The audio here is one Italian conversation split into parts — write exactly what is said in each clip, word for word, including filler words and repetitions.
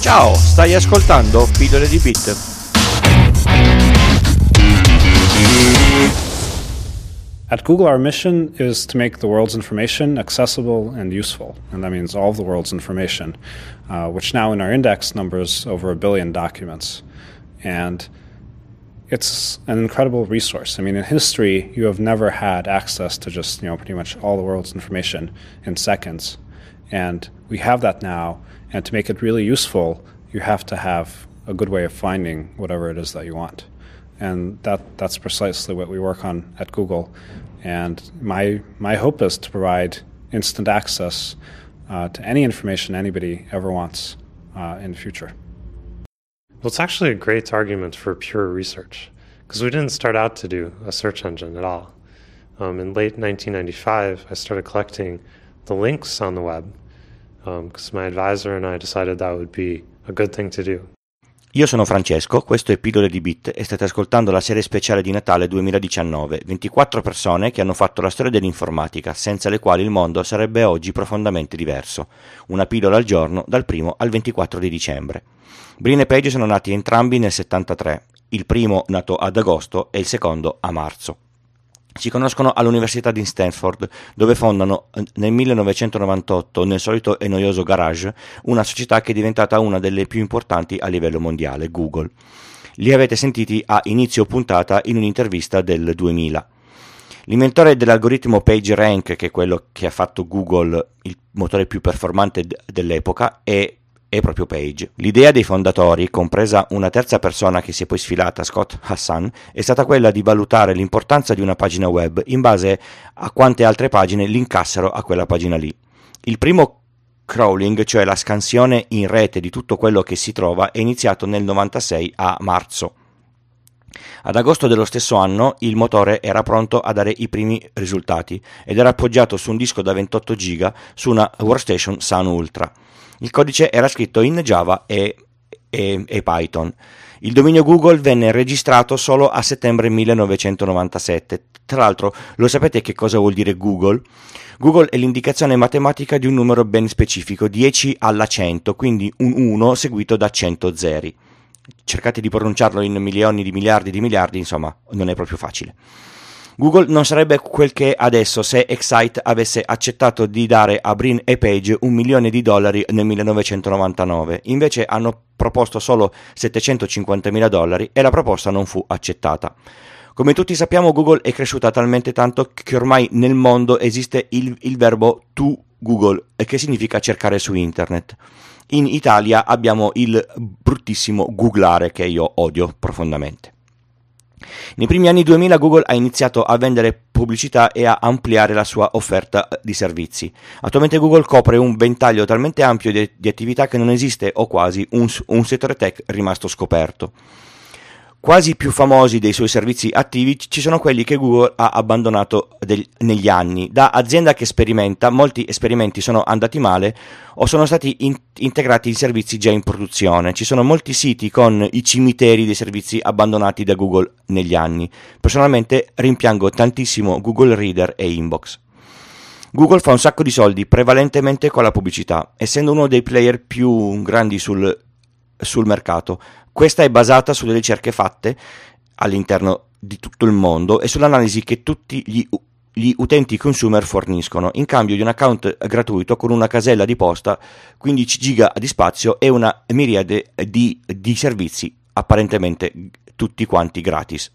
Ciao, stai ascoltando Pillole di Bit. At Google, our mission is to make the world's information accessible and useful, and that means all of the world's information, uh, which now in our index numbers over a billion documents. And it's an incredible resource. I mean, in history, you have never had access to just, you know, pretty much all the world's information in seconds. And we have that now, and to make it really useful, you have to have a good way of finding whatever it is that you want. And that that's precisely what we work on at Google. And my my hope is to provide instant access uh, to any information anybody ever wants uh, in the future. Well, it's actually a great argument for pure research, because we didn't start out to do a search engine at all. Um, in late nineteen ninety-five, I started collecting the links on the web, because um, my advisor and I decided that would be a good thing to do. Io sono Francesco, questo è Pillole di Bit e state ascoltando la serie speciale di Natale duemiladiciannove, ventiquattro persone che hanno fatto la storia dell'informatica, senza le quali il mondo sarebbe oggi profondamente diverso. Una pillola al giorno dal primo al ventiquattro di dicembre. Brin e Page sono nati entrambi nel settantatré, il primo nato ad agosto e il secondo a marzo. Si conoscono all'Università di Stanford, dove fondano nel millenovecentonovantotto, nel solito e noioso garage, una società che è diventata una delle più importanti a livello mondiale, Google. Li avete sentiti a inizio puntata in un'intervista del duemila. L'inventore dell'algoritmo PageRank, che è quello che ha fatto Google il motore più performante dell'epoca, è è proprio Page. L'idea dei fondatori, compresa una terza persona che si è poi sfilata, Scott Hassan, è stata quella di valutare l'importanza di una pagina web in base a quante altre pagine linkassero a quella pagina lì. Il primo crawling, cioè la scansione in rete di tutto quello che si trova, è iniziato nel novantasei a marzo. Ad agosto dello stesso anno il motore era pronto a dare i primi risultati ed era appoggiato su un disco da ventotto giga su una workstation Sun Ultra. Il codice era scritto in Java e, e, e Python. Il dominio Google venne registrato solo a settembre millenovecentonovantasette. Tra l'altro, lo sapete che cosa vuol dire Google? Google è l'indicazione matematica di un numero ben specifico, dieci alla cento, quindi un uno seguito da cento zeri. Cercate di pronunciarlo in milioni di miliardi di miliardi, insomma, non è proprio facile. Google non sarebbe quel che è adesso se Excite avesse accettato di dare a Brin e Page un milione di dollari nel millenovecentonovantanove. Invece hanno proposto solo settecentocinquantamila dollari e la proposta non fu accettata. Come tutti sappiamo, Google è cresciuta talmente tanto che ormai nel mondo esiste il, il verbo to Google, che significa cercare su internet. In Italia abbiamo il bruttissimo googlare, che io odio profondamente. Nei primi anni duemila Google ha iniziato a vendere pubblicità e a ampliare la sua offerta di servizi. Attualmente Google copre un ventaglio talmente ampio di, di attività che non esiste, o quasi, un, un settore tech rimasto scoperto. Quasi i più famosi dei suoi servizi attivi ci sono quelli che Google ha abbandonato del, negli anni. Da azienda che sperimenta, molti esperimenti sono andati male o sono stati in, integrati in servizi già in produzione. Ci sono molti siti con i cimiteri dei servizi abbandonati da Google negli anni. Personalmente rimpiango tantissimo Google Reader e Inbox. Google fa un sacco di soldi, prevalentemente con la pubblicità, essendo uno dei player più grandi sul, sul mercato. Questa è basata sulle ricerche fatte all'interno di tutto il mondo e sull'analisi che tutti gli, gli utenti consumer forniscono, in cambio di un account gratuito con una casella di posta, quindici giga di spazio e una miriade di, di servizi apparentemente tutti quanti gratis.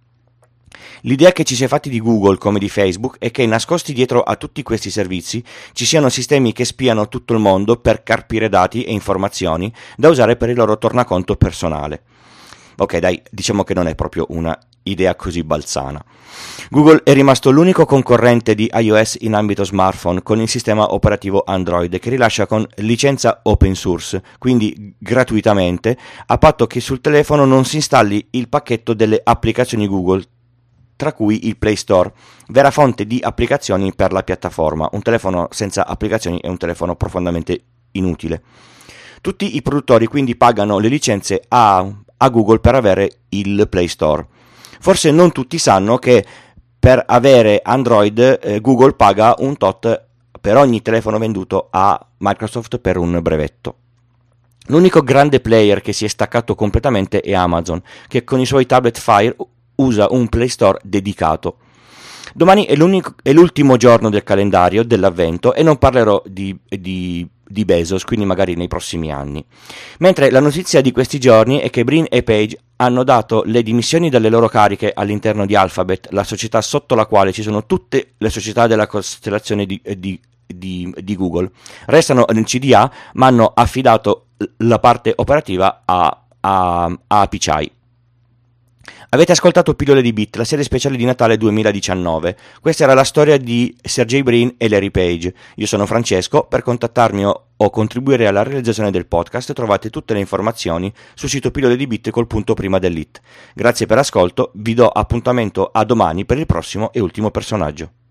L'idea che ci si è fatti di Google come di Facebook è che nascosti dietro a tutti questi servizi ci siano sistemi che spiano tutto il mondo per carpire dati e informazioni da usare per il loro tornaconto personale. Ok, dai, diciamo che non è proprio una idea così balzana. Google è rimasto l'unico concorrente di iOS in ambito smartphone con il sistema operativo Android, che rilascia con licenza open source, quindi gratuitamente, a patto che sul telefono non si installi il pacchetto delle applicazioni Google, tra cui il Play Store, vera fonte di applicazioni per la piattaforma. Un telefono senza applicazioni è un telefono profondamente inutile. Tutti i produttori quindi pagano le licenze a, a Google per avere il Play Store. Forse non tutti sanno che per avere Android eh, Google paga un tot per ogni telefono venduto a Microsoft per un brevetto. L'unico grande player che si è staccato completamente è Amazon, che con i suoi tablet Fire usa un Play Store dedicato. Domani è, è l'ultimo giorno del calendario dell'avvento e non parlerò di, di, di Bezos, quindi magari nei prossimi anni. Mentre la notizia di questi giorni è che Brin e Page hanno dato le dimissioni dalle loro cariche all'interno di Alphabet, la società sotto la quale ci sono tutte le società della costellazione di, di, di, di Google. Restano nel C D A, ma hanno affidato la parte operativa a, a, a Pichai. Avete ascoltato Pillole di Bit, la serie speciale di Natale duemiladiciannove. Questa era la storia di Sergey Brin e Larry Page. Io sono Francesco. Per contattarmi o, o contribuire alla realizzazione del podcast trovate tutte le informazioni sul sito Pillole di Bit col punto prima dell'it. Grazie per l'ascolto, vi do appuntamento a domani per il prossimo e ultimo personaggio.